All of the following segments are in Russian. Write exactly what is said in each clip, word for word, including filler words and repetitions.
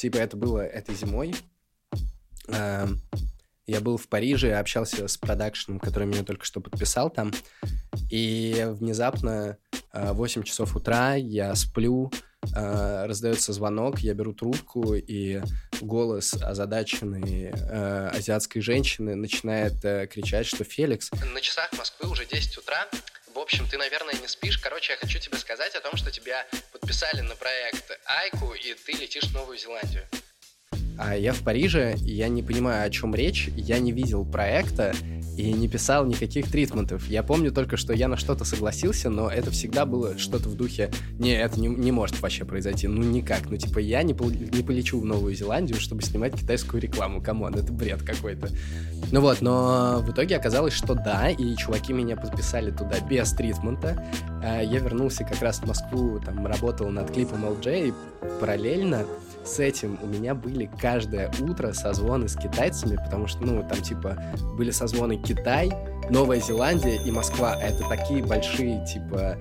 типа, это было этой зимой. Э, я был в Париже, общался с продакшеном, который меня только что подписал там. И внезапно э, в восемь часов утра я сплю, э, раздается звонок, я беру трубку, и голос озадаченной э, азиатской женщины начинает э, кричать, что «Феликс, на часах Москвы уже десять утра. В общем, ты, наверное, не спишь. Короче, я хочу тебе сказать о том, что тебя подписали на проект Айку, и ты летишь в Новую Зеландию». А я в Париже, и я не понимаю, о чем речь, я не видел проекта и не писал никаких тритментов. Я помню только, что я на что-то согласился, но это всегда было что-то в духе «Не, это не, не может вообще произойти, ну никак, ну типа я не, пол- не полечу в Новую Зеландию, чтобы снимать китайскую рекламу, камон, это бред какой-то». Ну вот, но в итоге оказалось, что да, и чуваки меня подписали туда без тритмента. Я вернулся как раз в Москву, там работал над клипом эл джей, и параллельно с этим у меня были каждое утро созвоны с китайцами, потому что, ну, там, типа, были созвоны Китай, Новая Зеландия и Москва. Это такие большие, типа,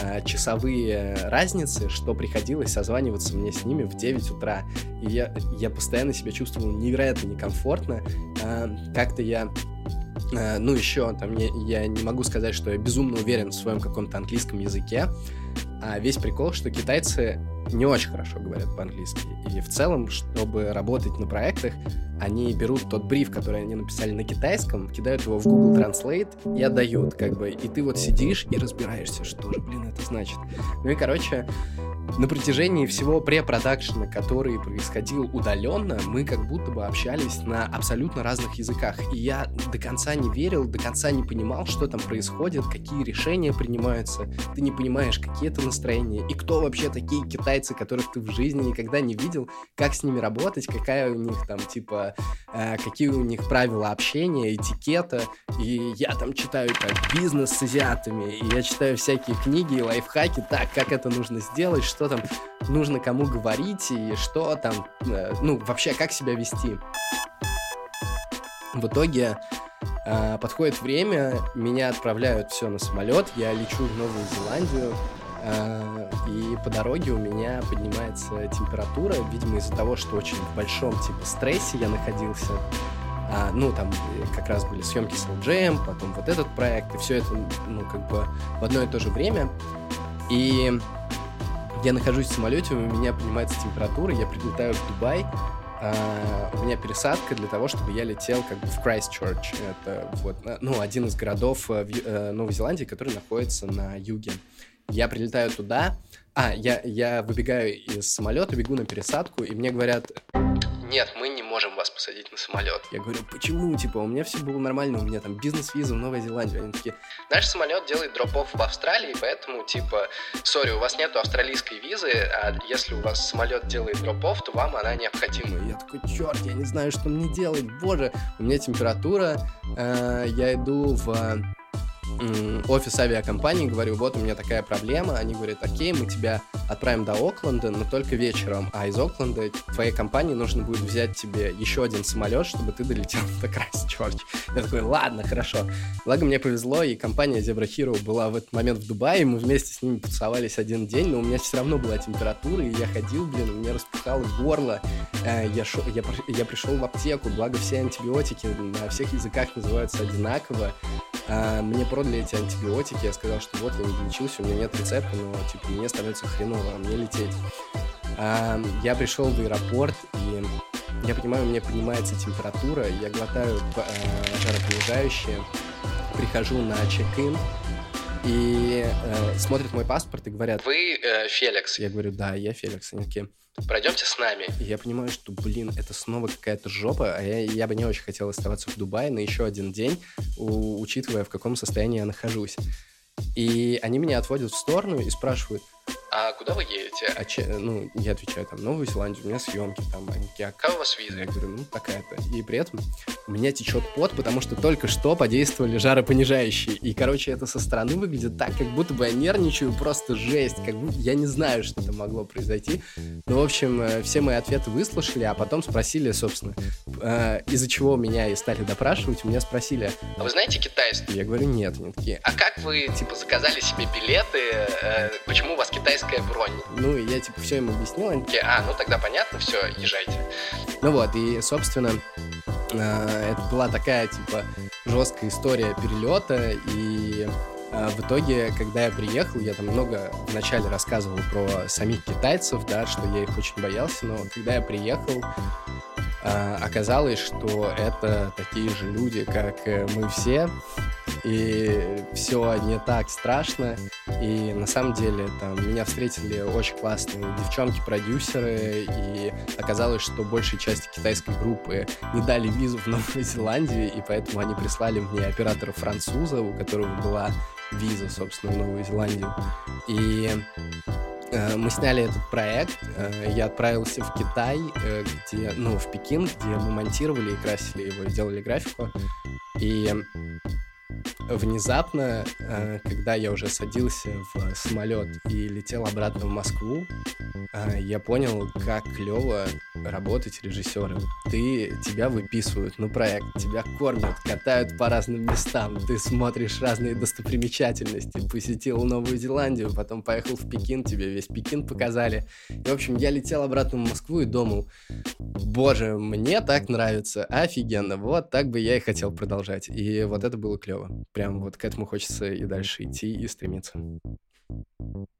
часовые разницы, что приходилось созваниваться мне с ними в девять утра. И я, я постоянно себя чувствовал невероятно некомфортно. Как-то я... Ну, еще, там, я, я не могу сказать, что я безумно уверен в своем каком-то английском языке. А весь прикол, что китайцы не очень хорошо говорят по-английски. И в целом, чтобы работать на проектах, они берут тот бриф, который они написали на китайском, кидают его в Google Translate и отдают, как бы. И ты вот сидишь и разбираешься, что же, блин, это значит. Ну и, короче, на протяжении всего препродакшена, который происходил удаленно, мы как будто бы общались на абсолютно разных языках. И я до конца не верил, до конца не понимал, что там происходит, какие решения принимаются. Ты не понимаешь, какие это настроения, и кто вообще такие китайцы, которых ты в жизни никогда не видел, как с ними работать, какая у них там, типа, э, какие у них правила общения, этикета. И я там читаю как бизнес с азиатами, и я читаю всякие книги и лайфхаки, так, как это нужно сделать, что там нужно кому говорить, и что там, э, ну, вообще, как себя вести. В итоге э, подходит время, меня отправляют все на самолет, я лечу в Новую Зеландию, э, и по дороге у меня поднимается температура, видимо, из-за того, что очень в большом, типа, стрессе я находился. А, ну, там как раз были съемки с эл джей, потом вот этот проект, и все это, ну, как бы в одно и то же время. И я нахожусь в самолете, у меня поднимается температура, я прилетаю в Дубай, а, у меня пересадка для того, чтобы я летел как бы в Крайстчерч. Это вот, ну, один из городов в э, Новой Зеландии, который находится на юге. Я прилетаю туда, а, я, я выбегаю из самолета, бегу на пересадку, и мне говорят: «Нет, мы не можем вас посадить на самолет». Я говорю: «Почему? Типа, у меня все было нормально, у меня там бизнес-виза в Новой Зеландии». Они такие: «Наш самолет делает дроп-офф в Австралии, поэтому, типа, сори, у вас нету австралийской визы, а если у вас самолет делает дроп-офф, то вам она необходима». И я такой: черт, я не знаю, что мне делать, боже. У меня температура, э, я иду в офис авиакомпании, говорю: вот у меня такая проблема. Они говорят: окей, мы тебя отправим до Окленда, но только вечером, а из Окленда твоей компании нужно будет взять тебе еще один самолет, чтобы ты долетел до Крайстчерч. Я такой: ладно, хорошо. Благо мне повезло, и компания Zebra Hero была в этот момент в Дубае, мы вместе с ними тусовались один день, но у меня все равно была температура, и я ходил, блин, у меня распухало горло. Я, шо, я, я пришел в аптеку, благо все антибиотики на всех языках называются одинаково. Мне продали эти антибиотики, я сказал, что вот, я не долечился, у меня нет рецепта, но, типа, мне становится хреново, а мне лететь. А, я пришел в аэропорт, и я понимаю, у меня поднимается температура, я глотаю э, жаропонижающее, прихожу на чек-ин, и э, смотрят мой паспорт и говорят: вы э, Феликс? Я говорю: да, я Феликс. Они такие: пройдемте с нами. И я понимаю, что, блин, это снова какая-то жопа, а я, я бы не очень хотел оставаться в Дубае на еще один день, у, учитывая, в каком состоянии я нахожусь. И они меня отводят в сторону и спрашивают: а куда вы едете? А че, ну, я отвечаю: там, Новую Зеландию, у меня съемки там. Они такие: а какая у вас виза? Я говорю: ну, такая-то. И при этом у меня течет пот, потому что только что подействовали жаропонижающие. И, короче, это со стороны выглядит так, как будто бы я нервничаю, просто жесть. Как будто я не знаю, что там могло произойти. Ну, в общем, все мои ответы выслушали, а потом спросили, собственно, э, из-за чего меня и стали допрашивать. У меня спросили: а вы знаете китайский? Я говорю: нет. Они такие: а как вы, типа, заказали себе билеты? Э, почему у вас китайский китайская бронь. Ну, и я, типа, все им объяснил, они такие, а, ну, тогда понятно, все, езжайте. Ну вот, и, собственно, это была такая, типа, жесткая история перелета, и в итоге, когда я приехал, я там много вначале рассказывал про самих китайцев, да, что я их очень боялся, но когда я приехал, оказалось, что это такие же люди, как мы все, и все не так страшно, и на самом деле там меня встретили очень классные девчонки-продюсеры, и оказалось, что большей части китайской группы не дали визу в Новую Зеландию, и поэтому они прислали мне оператора-француза, у которого была виза, собственно, в Новую Зеландию, и мы сняли этот проект, я отправился в Китай, где, ну, в Пекин, где мы монтировали и красили его, и делали графику, и внезапно, когда я уже садился в самолет и летел обратно в Москву, я понял, как клево работать режиссером. Ты, тебя выписывают на проект, тебя кормят, катают по разным местам, ты смотришь разные достопримечательности, посетил Новую Зеландию, потом поехал в Пекин, тебе весь Пекин показали. И, в общем, я летел обратно в Москву и думал, боже, мне так нравится, офигенно, вот так бы я и хотел продолжать. И вот это было клево. Прям вот к этому хочется и дальше идти и стремиться.